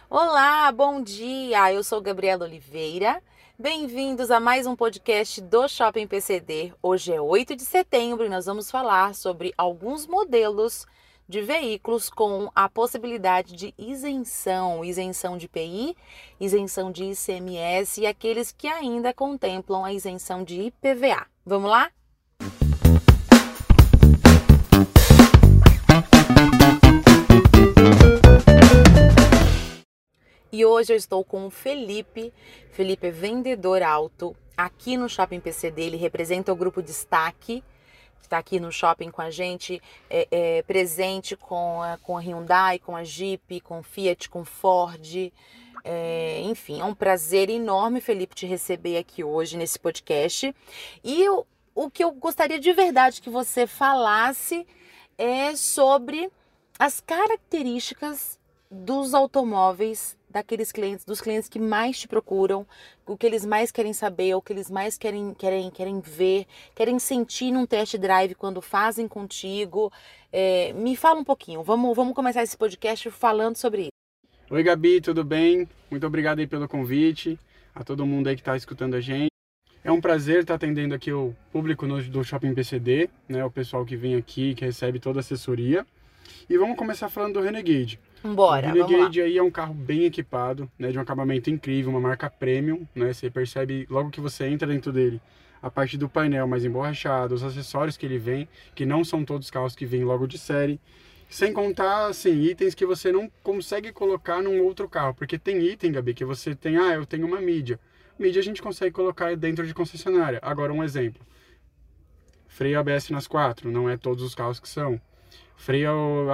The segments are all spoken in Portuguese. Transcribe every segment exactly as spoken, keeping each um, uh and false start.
Olá, bom dia! Eu sou Gabriela Oliveira. Bem-vindos a mais um podcast do Shopping P C D. Hoje é oito de setembro e nós vamos falar sobre alguns modelos de veículos com a possibilidade de isenção, isenção de I P I, isenção de I C M S e aqueles que ainda contemplam a isenção de I P V A. Vamos lá? E hoje eu estou com o Felipe. Felipe é vendedor auto aqui no Shopping P C D. Ele representa o grupo Destaque, que está aqui no shopping com a gente, é, é, presente com a, com a Hyundai, com a Jeep, com Fiat, com Ford. É, enfim, é um prazer enorme, Felipe, te receber aqui hoje nesse podcast. E eu, o que eu gostaria de verdade que você falasse é sobre as características dos automóveis daqueles clientes, dos clientes que mais te procuram, o que eles mais querem saber, o que eles mais querem, querem, querem ver, querem sentir num test drive quando fazem contigo. É, me fala um pouquinho, vamos, vamos começar esse podcast falando sobre isso. Oi Gabi, tudo bem? Muito obrigado aí pelo convite, a todo mundo aí que está escutando a gente. É um prazer estar atendendo aqui o público no, do Shopping P C D, né, o pessoal que vem aqui, que recebe toda a assessoria. E vamos começar falando do Renegade. Bora, o Renegade aí é um carro bem equipado, né, de um acabamento incrível, uma marca premium, né, você percebe logo que você entra dentro dele a parte do painel mais emborrachado, os acessórios que ele vem, que não são todos os carros que vêm logo de série, sem contar, assim, itens que você não consegue colocar num outro carro, porque tem item, Gabi, que você tem, ah, eu tenho uma mídia, mídia a gente consegue colocar dentro de concessionária. Agora um exemplo, freio A B S nas quatro, não é todos os carros que são. Freio,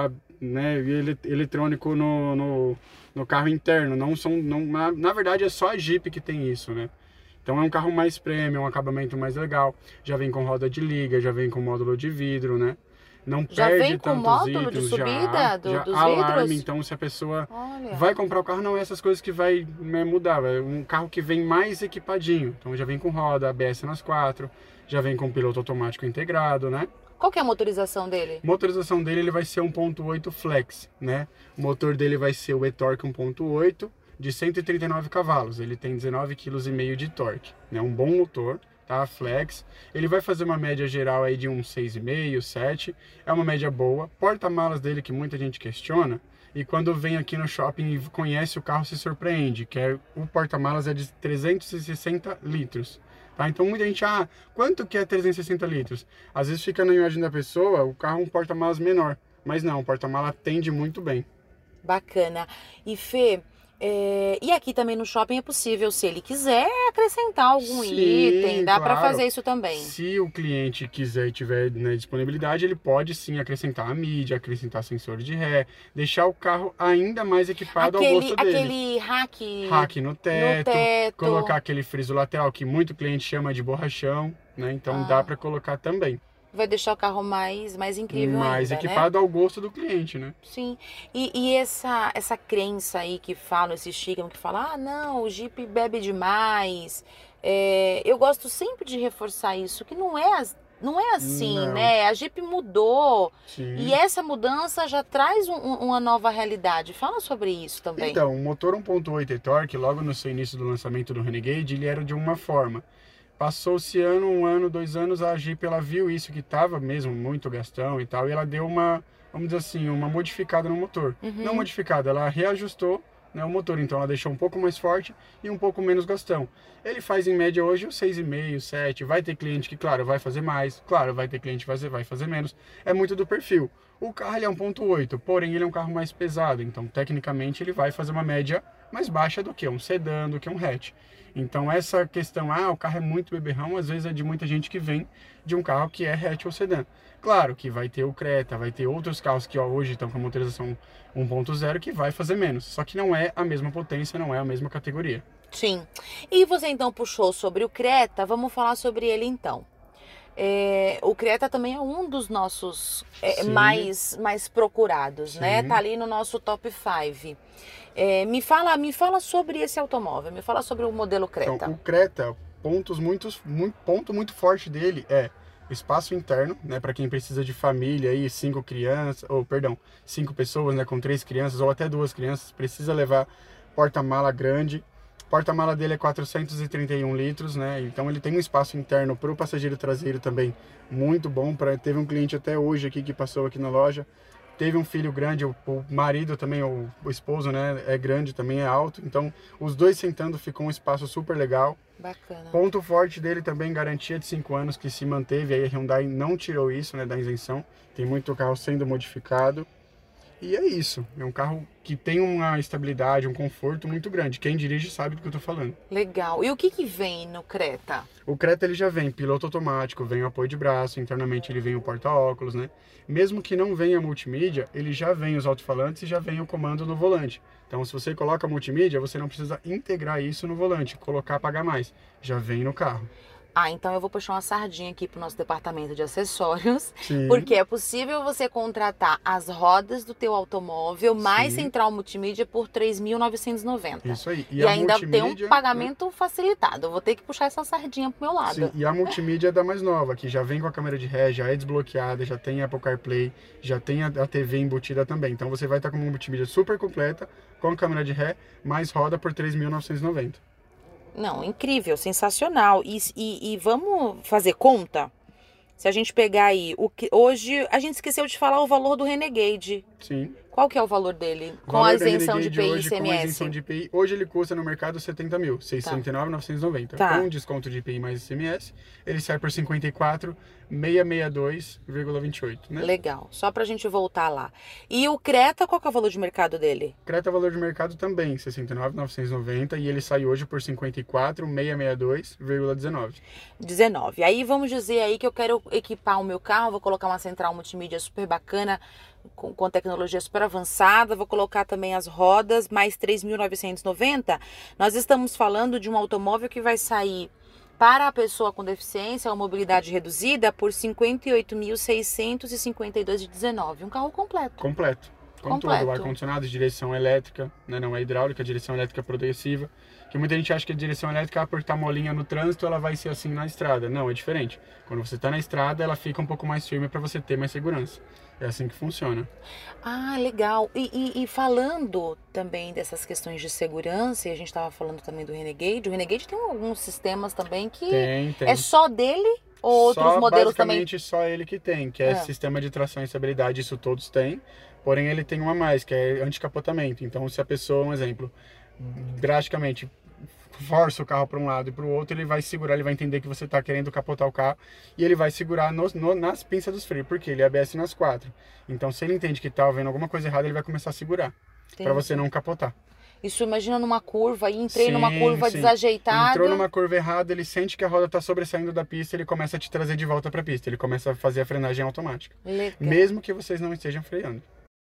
né, eletrônico no, no, no carro interno, não são, não, na, na verdade é só a Jeep que tem isso, né? Então é um carro mais premium, um acabamento mais legal, já vem com roda de liga, já vem com módulo de vidro, né? Não já perde vem com tantos módulo itens, de subida já, do, já dos alarme, vidros? então se a pessoa Olha. vai comprar o carro, não é essas coisas que vai, né, mudar, é um carro que vem mais equipadinho, então já vem com roda, A B S nas quatro, já vem com piloto automático integrado, né? Qual que é a motorização dele? A motorização dele ele vai ser um ponto oito flex, né? O motor dele vai ser o e-torque um ponto oito de cento e trinta e nove cavalos. Ele tem dezenove vírgula cinco quilos de torque, né? Um bom motor, tá? Flex. Ele vai fazer uma média geral aí de uns seis vírgula cinco, sete. É uma média boa. Porta-malas dele que muita gente questiona. E quando vem aqui no shopping e conhece o carro se surpreende, que é o porta-malas é de trezentos e sessenta litros. Tá? Então muita gente, ah, quanto que é trezentos e sessenta litros? Às vezes fica na imagem da pessoa, o carro é um porta-malas menor, mas não, o porta-malas atende muito bem. Bacana. E Fê, é... e aqui também no shopping é possível, se ele quiser, acrescentar algum Sim, item, dá claro. para fazer isso também. Se o cliente quiser e tiver, né, disponibilidade, ele pode sim acrescentar a mídia, acrescentar sensor de ré, deixar o carro ainda mais equipado aquele, ao gosto dele. Aquele rack, rack no teto, no teto, colocar aquele friso lateral que muito cliente chama de borrachão, né? Então ah. dá para colocar também. Vai deixar o carro mais, mais incrível mais ainda, equipado, né? ao gosto do cliente, né? Sim. E, e essa, essa crença aí que falam, esse estigma que fala, ah, não, o Jeep bebe demais. É, eu gosto sempre de reforçar isso, que não é, não é assim, não. né? A Jeep mudou. Sim. E essa mudança já traz um, uma nova realidade. Fala sobre isso também. Então, o motor um ponto oito e-torque, logo no seu início do lançamento do Renegade, ele era de uma forma. Passou-se ano, um ano, dois anos, a Jeep ela viu isso, que estava mesmo muito gastão e tal, e ela deu uma, vamos dizer assim, uma modificada no motor. Uhum. Não modificada, ela reajustou, né, o motor, então ela deixou um pouco mais forte e um pouco menos gastão. Ele faz em média hoje o seis vírgula cinco, sete, vai ter cliente que, claro, vai fazer mais, claro, vai ter cliente que vai fazer menos, é muito do perfil. O carro ele é um ponto oito, porém ele é um carro mais pesado, então tecnicamente ele vai fazer uma média mais baixa do que um sedã, do que um hatch. Então essa questão, ah, o carro é muito beberrão, às vezes é de muita gente que vem de um carro que é hatch ou sedã. Claro que vai ter o Creta, vai ter outros carros que ó, hoje estão com a motorização um ponto zero que vai fazer menos, só que não é a mesma potência, não é a mesma categoria. Sim. E você então puxou sobre o Creta, vamos falar sobre ele então. É, o Creta também é um dos nossos é, mais, mais procurados, Sim. né? Tá ali no nosso top cinco. É, me, fala, me fala sobre esse automóvel, me fala sobre o modelo Creta. Então, o Creta, pontos muito, muito, ponto muito forte dele é espaço interno, né? Para quem precisa de família aí, cinco crianças, ou perdão, cinco pessoas, né? Com três crianças ou até duas crianças, precisa levar porta-mala grande. O porta-mala dele é quatrocentos e trinta e um litros, né? Então ele tem um espaço interno para o passageiro traseiro também muito bom. Pra... Teve um cliente até hoje aqui que passou aqui na loja. Teve um filho grande, o, o marido também, o, o esposo, né, é grande, também é alto. Então, os dois sentando ficou um espaço super legal. Bacana. Ponto forte dele também, garantia de cinco anos que se manteve. Aí a Hyundai não tirou isso, né, da isenção. Tem muito carro sendo modificado. E é isso. É um carro que tem uma estabilidade, um conforto muito grande. Quem dirige sabe do que eu tô falando. Legal. E o que que vem no Creta? O Creta ele já vem piloto automático, vem o apoio de braço, internamente ele vem o porta-óculos, né? Mesmo que não venha multimídia, ele já vem os alto-falantes e já vem o comando no volante. Então, se você coloca multimídia, você não precisa integrar isso no volante, colocar, pagar mais. Já vem no carro. Ah, então eu vou puxar uma sardinha aqui pro nosso departamento de acessórios, Sim. porque é possível você contratar as rodas do teu automóvel mais Sim. central multimídia por três mil novecentos e noventa. Isso aí. E, E, a ainda tem um multimídia, pagamento facilitado. Eu vou ter que puxar essa sardinha pro meu lado. Sim, e a multimídia é da mais nova, que já vem com a câmera de ré, já é desbloqueada, já tem Apple CarPlay, já tem a, a T V embutida também. Então você vai estar com uma multimídia super completa, com câmera de ré, mais roda por três mil novecentos e noventa. Não, incrível, sensacional. E, e, e vamos fazer conta? Se a gente pegar aí, o que, hoje a gente esqueceu de falar o valor do Renegade. Sim. Qual que é o valor dele? O Com valor a da isenção de Renegade I P I e hoje, com a I C M S? isenção de I P I, hoje ele custa no mercado setenta mil, seiscentos e nove mil novecentos e noventa. Tá. Com desconto de I P I mais I C M S, ele sai por cinquenta e quatro mil seiscentos e sessenta e dois vírgula vinte e oito, né? Legal, só pra gente voltar lá. E o Creta, qual que é o valor de mercado dele? Creta, valor de mercado também, sessenta e nove mil novecentos e noventa, e ele sai hoje por cinquenta e quatro mil seiscentos e sessenta e dois vírgula dezenove. dezenove. Aí vamos dizer aí que eu quero equipar o meu carro, vou colocar uma central multimídia super bacana, com, com tecnologia super avançada, vou colocar também as rodas, mais três mil novecentos e noventa. Nós estamos falando de um automóvel que vai sair para a pessoa com deficiência ou mobilidade reduzida por cinquenta e oito mil seiscentos e cinquenta e dois vírgula dezenove. Um carro completo. Completo. Com Completo. tudo, ar-condicionado, direção elétrica, né? Não é hidráulica, direção elétrica progressiva. Que muita gente acha que a direção elétrica, por estar molinha no trânsito, ela vai ser assim na estrada. Não, é diferente. Quando você está na estrada, ela fica um pouco mais firme para você ter mais segurança. É assim que funciona. Ah, legal. E, e, e falando também dessas questões de segurança, e a gente estava falando também do Renegade, o Renegade tem alguns sistemas também que Tem, tem. é só dele ou outros só, modelos também? basicamente só ele que tem, que é Ah. sistema de tração e estabilidade, isso todos têm. Porém, ele tem uma a mais, que é anticapotamento. Então, se a pessoa, um exemplo, drasticamente força o carro para um lado e para o outro, ele vai segurar, ele vai entender que você está querendo capotar o carro e ele vai segurar no, no, nas pinças dos freios, porque ele é A B S nas quatro. Então, se ele entende que está havendo alguma coisa errada, ele vai começar a segurar, para você não capotar. Isso, imagina numa curva, e entrei Sim, numa curva sim. desajeitada. Entrou numa curva errada, ele sente que a roda está sobressaindo da pista, ele começa a te trazer de volta para a pista, ele começa a fazer a frenagem automática. Legal. Mesmo que vocês não estejam freando.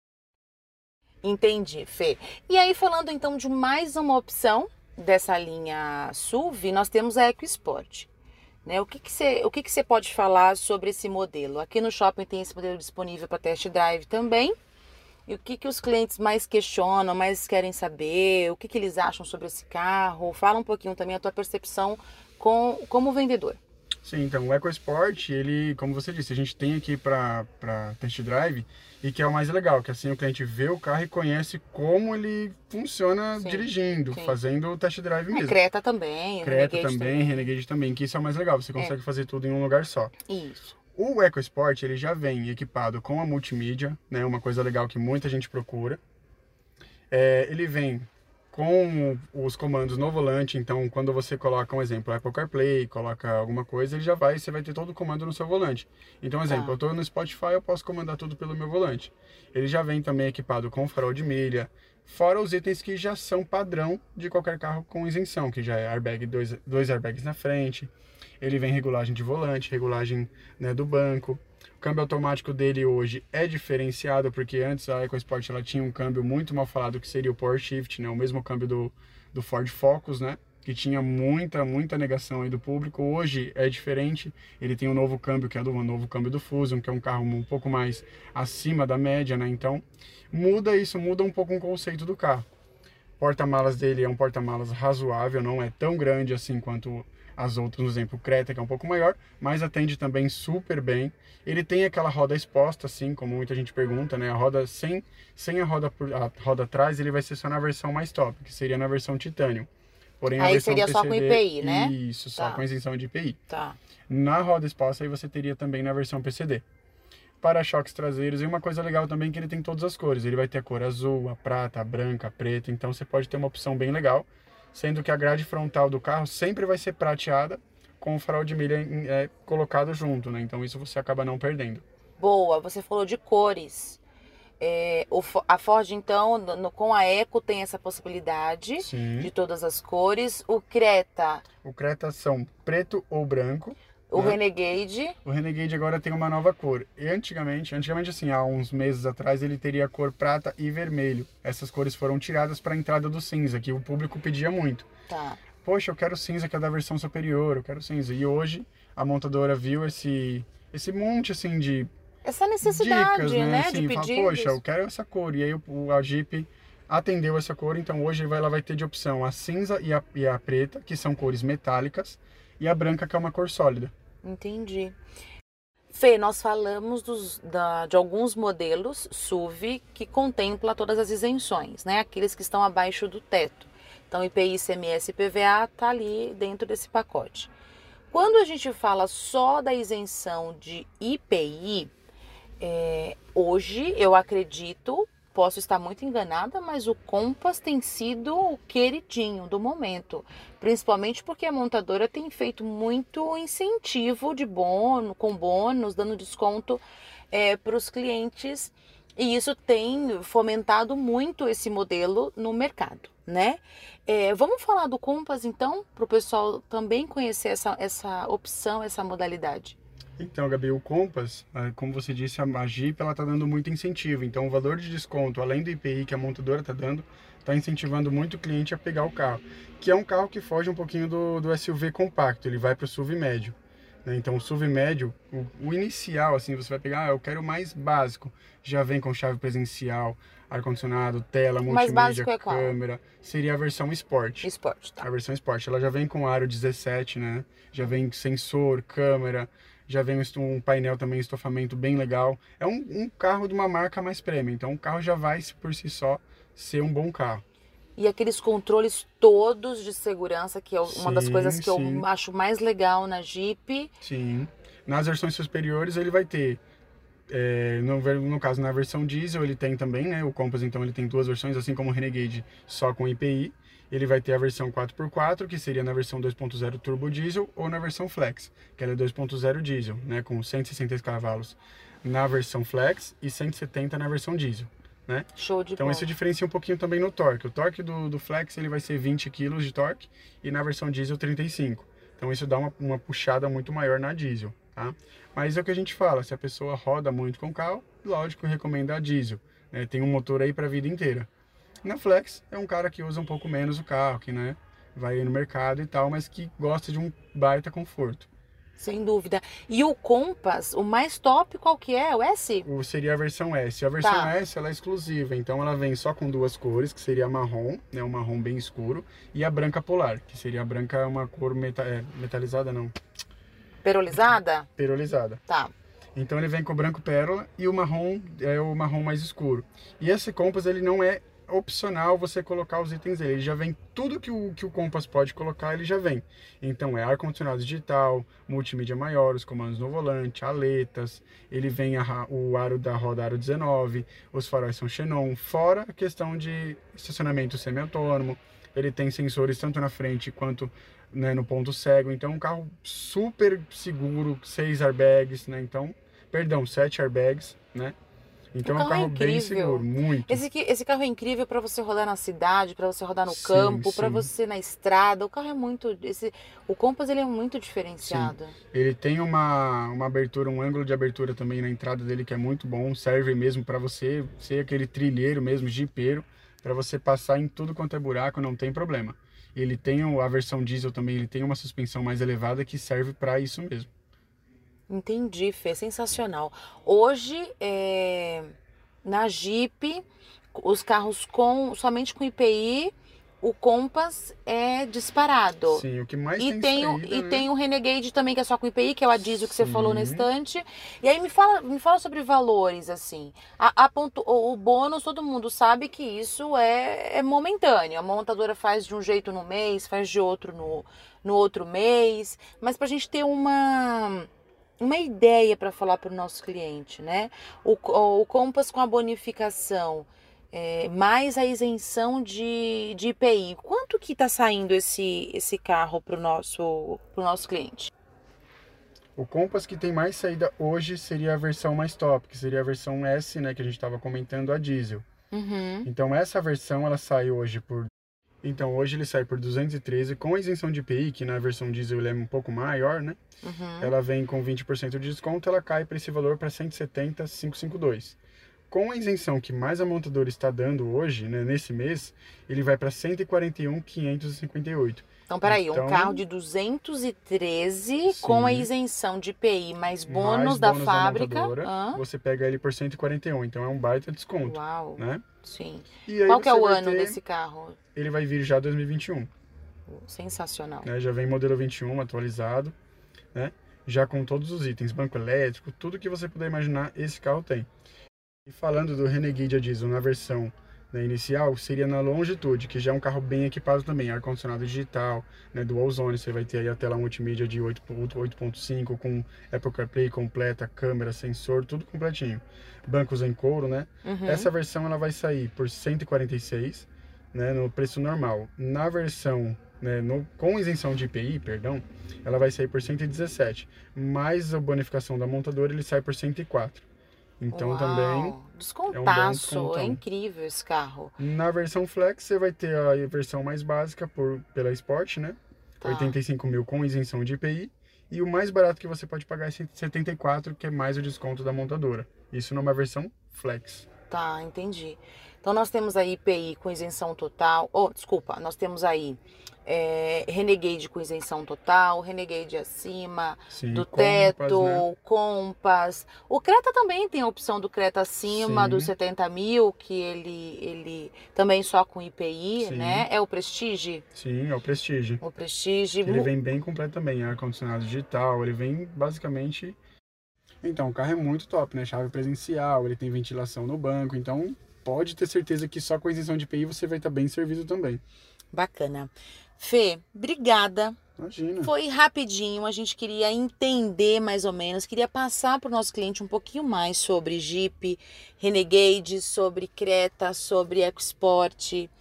Entendi, Fê. E aí, falando então de mais uma opção dessa linha S U V, nós temos a EcoSport. Né? O que que você, o que que você pode falar sobre esse modelo? Aqui no shopping tem esse modelo disponível para test drive também. E o que que os clientes mais questionam, mais querem saber? O que que eles acham sobre esse carro? Fala um pouquinho também a tua percepção com, como vendedor. Sim, então o EcoSport, ele, como você disse, a gente tem aqui para test drive e que é o mais legal, que assim o cliente vê o carro e conhece como ele funciona Sim, dirigindo, sim. fazendo o test drive É, mesmo. Creta também, Creta Renegade também, Renegade também, que isso é o mais legal, você consegue É. fazer tudo em um lugar só. Isso. O EcoSport, ele já vem equipado com a multimídia, né, uma coisa legal que muita gente procura. É, ele vem com os comandos no volante, então quando você coloca um exemplo, Apple CarPlay, coloca alguma coisa, ele já vai, você vai ter todo o comando no seu volante. Então, exemplo, Tá. eu estou no Spotify, eu posso comandar tudo pelo meu volante. Ele já vem também equipado com farol de milha, fora os itens que já são padrão de qualquer carro com isenção, que já é airbag, dois, dois airbags na frente. Ele vem regulagem de volante, regulagem, né, do banco. O câmbio automático dele hoje é diferenciado, porque antes a EcoSport ela tinha um câmbio muito mal falado, que seria o Power Shift, né, o mesmo câmbio do, do Ford Focus, né, que tinha muita, muita negação aí do público. Hoje é diferente, ele tem um novo câmbio, que é do um novo câmbio do Fusion, que é um carro um pouco mais acima da média, né, então muda isso, muda um pouco o conceito do carro. O porta-malas dele é um porta-malas razoável, não é tão grande assim quanto as outras, no exemplo, o Creta, que é um pouco maior, mas atende também super bem. Ele tem aquela roda exposta, assim, como muita gente pergunta, né? A roda sem, sem a roda por, a roda atrás, ele vai ser só na versão mais top, que seria na versão Titanium. Porém, a Aí versão seria P C D, só com I P I, né? Isso, só Tá. com isenção de I P I. Tá. Na roda exposta, aí você teria também na versão P C D. Para-choques traseiros, e uma coisa legal também é que ele tem todas as cores. Ele vai ter a cor azul, a prata, a branca, a preta, então você pode ter uma opção bem legal. Sendo que a grade frontal do carro sempre vai ser prateada, com o farol de milha é, colocado junto, né? Então isso você acaba não perdendo. Boa, você falou de cores. É, o, a Ford, então, no, com a Eco tem essa possibilidade Sim. de todas as cores. O Creta... O Creta são preto ou branco. O né? Renegade... O Renegade agora tem uma nova cor. E antigamente, antigamente assim, há uns meses atrás, ele teria a cor prata e vermelho. Essas cores foram tiradas para a entrada do cinza, que o público pedia muito. Tá. Poxa, eu quero cinza, que é da versão superior, eu quero cinza. E hoje a montadora viu esse, esse monte assim de Essa necessidade, dicas, né? né, Assim, de fala, pedidos. poxa, eu quero essa cor. E aí o, a Jeep atendeu essa cor, então hoje ela vai ter de opção a cinza e a, e a preta, que são cores metálicas, e a branca, que é uma cor sólida. Entendi. Fê, nós falamos dos, da, de alguns modelos S U V que contempla todas as isenções, né? Aqueles que estão abaixo do teto. Então, I P I, I C M S e I P V A tá ali dentro desse pacote. Quando a gente fala só da isenção de I P I, é, hoje eu acredito, posso estar muito enganada, mas o Compass tem sido o queridinho do momento. Principalmente porque a montadora tem feito muito incentivo de bônus, com bônus, dando desconto é, para os clientes. E isso tem fomentado muito esse modelo no mercado, né? É, vamos falar do Compass, então, para o pessoal também conhecer essa, essa opção, essa modalidade. Então, Gabi, o Compass, como você disse, a Jeep ela está dando muito incentivo. Então, o valor de desconto, além do I P I que a montadora está dando, está incentivando muito o cliente a pegar o carro. Que é um carro que foge um pouquinho do, do S U V compacto, ele vai para o S U V médio. Né? Então, o S U V médio, o, o inicial, assim, você vai pegar, ah, eu quero o mais básico. Já vem com chave presencial, ar-condicionado, tela, multimídia, é câmera. Seria a versão Sport. Sport, tá. A versão Sport, ela já vem com aro dezessete, né? Já vem sensor, câmera, já vem um painel também, estofamento bem legal. É um, um carro de uma marca mais premium, então o carro já vai por si só ser um bom carro. E aqueles controles todos de segurança, que é uma sim, das coisas que sim. eu acho mais legal na Jeep. Sim. Nas versões superiores ele vai ter, é, no, no caso na versão diesel ele tem também, né? O Compass então ele tem duas versões, assim como o Renegade, só com I P I. Ele vai ter a versão quatro por quatro, que seria na versão dois ponto zero turbo diesel, ou na versão flex, que ela é dois ponto zero diesel, né, com cento e sessenta cavalos na versão flex e cento e setenta na versão diesel, né? Show de Então bola. isso diferencia um pouquinho também no torque. O torque do, do flex ele vai ser vinte quilos de torque e na versão diesel trinta e cinco. Então isso dá uma, uma puxada muito maior na diesel, tá? Mas é o que a gente fala, se a pessoa roda muito com o carro, lógico, recomenda a diesel, né? Tem um motor aí para a vida inteira. Na Flex é um cara que usa um pouco menos o carro, que né, vai no mercado e tal, mas que gosta de um baita conforto. Sem dúvida. E o Compass, o mais top, qual que é? O S? O, seria a versão S. A versão Tá. S ela é exclusiva, então ela vem só com duas cores, que seria a marrom, né, um marrom bem escuro, e a branca polar, que seria a branca uma cor meta, é, metalizada, não. Perolizada? Perolizada. Tá. Então ele vem com o branco pérola e o marrom é o marrom mais escuro. E esse Compass ele não é opcional você colocar os itens dele, ele já vem tudo que o, que o Compass pode colocar, ele já vem. Então é ar-condicionado digital, multimídia maior, os comandos no volante, aletas, ele vem a, o aro da roda aro dezenove, os faróis são xenon, fora a questão de estacionamento semi-autônomo, ele tem sensores tanto na frente quanto, né, no ponto cego, então é um carro super seguro, seis airbags, né, então, perdão, sete airbags, né. Então é um carro é bem seguro, muito. Esse, esse carro é incrível para você rodar na cidade, para você rodar no sim, campo, para sim. você na estrada. O carro é muito, esse, o Compass ele é muito diferenciado. Sim. Ele tem uma, uma abertura, um ângulo de abertura também na entrada dele que é muito bom, serve mesmo para você ser aquele trilheiro mesmo, jipeiro, para você passar em tudo quanto é buraco, não tem problema. Ele tem a versão diesel também, ele tem uma suspensão mais elevada que serve para isso mesmo. Entendi, Fê, sensacional. Hoje, é, na Jeep, os carros com somente com I P I o Compass é disparado. Sim, o que mais e tem, tem saída, o, E né? tem o Renegade também, que é só com I P I, que é o Adizo que você Sim. falou na estante. E aí me fala, me fala sobre valores, assim. A, a ponto, o, o bônus, todo mundo sabe que isso é, é momentâneo. A montadora faz de um jeito no mês, faz de outro no, no outro mês. Mas pra gente ter uma... uma ideia para falar para o nosso cliente, né? O, o Compass com a bonificação, é, mais a isenção de, de I P I. Quanto que está saindo esse, esse carro para o nosso, pro nosso cliente? O Compass que tem mais saída hoje seria a versão mais top, que seria a versão S, né, que a gente estava comentando, a diesel. Uhum. Então essa versão ela sai hoje por Então hoje ele sai por duzentos e treze com a isenção de I P I, que na versão diesel ele é um pouco maior, né? Uhum. Ela vem com vinte por cento de desconto, ela cai para esse valor para cento e setenta mil quinhentos e cinquenta e dois. Com a isenção que mais a montadora está dando hoje, né, nesse mês, ele vai para cento e quarenta e um mil quinhentos e cinquenta e oito. Então, peraí, Então, um carro de duzentos e treze sim, com a isenção de I P I mais bônus, mais da bônus fábrica. Da montadora, ah. Você pega ele por cento e quarenta e um, então é um baita desconto. Uau, né? sim. E aí Qual que é você o vai ano ter- desse carro? Ele vai vir já dois mil e vinte e um. Sensacional. Né? Já vem modelo vinte e um atualizado, né? Já com todos os itens, banco elétrico, tudo que você puder imaginar, esse carro tem. E falando do Renegade a diesel na versão, né, inicial, seria na Longitude, que já é um carro bem equipado também, ar-condicionado digital, né, Dual Zone, você vai ter aí a tela multimídia de oito ponto cinco com Apple CarPlay completa, câmera, sensor, tudo completinho. Bancos em couro, né? Uhum. Essa versão ela vai sair por cento e quarenta e seis, né, no preço normal. Na versão, né, no, com isenção de I P I, perdão, ela vai sair por cento e dezessete, mais a bonificação da montadora ele sai por cento e quatro. Então Uau, também descontaço, é um bom é incrível esse carro. Na versão Flex você vai ter a versão mais básica por, pela Sport, né? Tá. oitenta e cinco mil com isenção de I P I. E o mais barato que você pode pagar é cento e setenta e quatro, que é mais o desconto da montadora. Isso numa versão Flex. Tá, entendi. Então nós temos aí I P I com isenção total. Oh, desculpa, nós temos aí é, Renegade com isenção total, Renegade acima, Sim, do Compass, teto, né? Compass. O Creta também tem a opção do Creta acima Sim. dos setenta mil, que ele, ele também só com I P I, Sim. né? É o Prestige? Sim, é o Prestige. O Prestige. Ele vem bem completo também, ar-condicionado digital, ele vem basicamente... Então, o carro é muito top, né? Chave presencial, ele tem ventilação no banco, então pode ter certeza que só com a isenção de I P I você vai estar bem servido também. Bacana. Fê, obrigada. Imagina. Foi rapidinho, a gente queria entender mais ou menos, queria passar para o nosso cliente um pouquinho mais sobre Jeep, Renegade, sobre Creta, sobre EcoSport,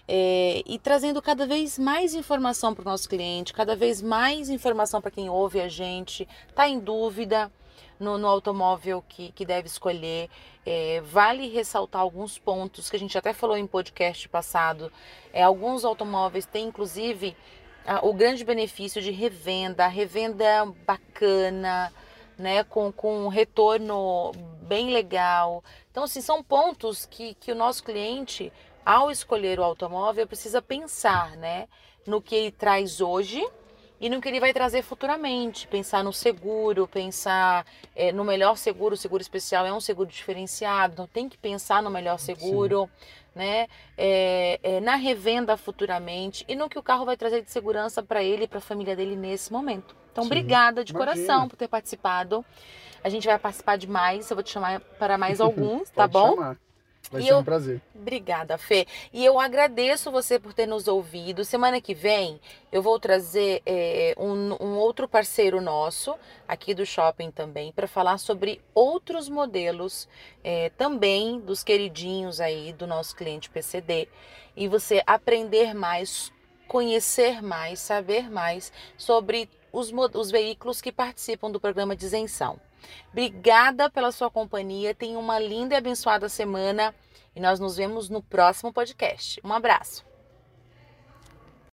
é, e trazendo cada vez mais informação para o nosso cliente, cada vez mais informação para quem ouve a gente, tá em dúvida no, no automóvel que, que deve escolher. É, vale ressaltar alguns pontos que a gente até falou em podcast passado. É, alguns automóveis têm inclusive o grande benefício de revenda, revenda bacana, né, com, com um retorno bem legal. Então, assim, são pontos que, que o nosso cliente, ao escolher o automóvel, precisa pensar, né, no que ele traz hoje e no que ele vai trazer futuramente. Pensar no seguro, pensar é, no melhor seguro. O seguro especial é um seguro diferenciado, então tem que pensar no melhor seguro. Sim. Né? É, é, na revenda futuramente e no que o carro vai trazer de segurança para ele e para a família dele nesse momento. Então, Sim. Obrigada de Imagina. Coração por ter participado. A gente vai participar de mais, eu vou te chamar para mais alguns, tá bom? Chamar. Vai e ser eu... um prazer. Obrigada, Fê. E eu agradeço você por ter nos ouvido. Semana que vem eu vou trazer é, um, um outro parceiro nosso aqui do shopping também para falar sobre outros modelos é, também dos queridinhos aí do nosso cliente P C D. E você aprender mais, conhecer mais, saber mais sobre os, os veículos que participam do programa de isenção. Obrigada pela sua companhia, tenha uma linda e abençoada semana e nós nos vemos no próximo podcast. Um abraço!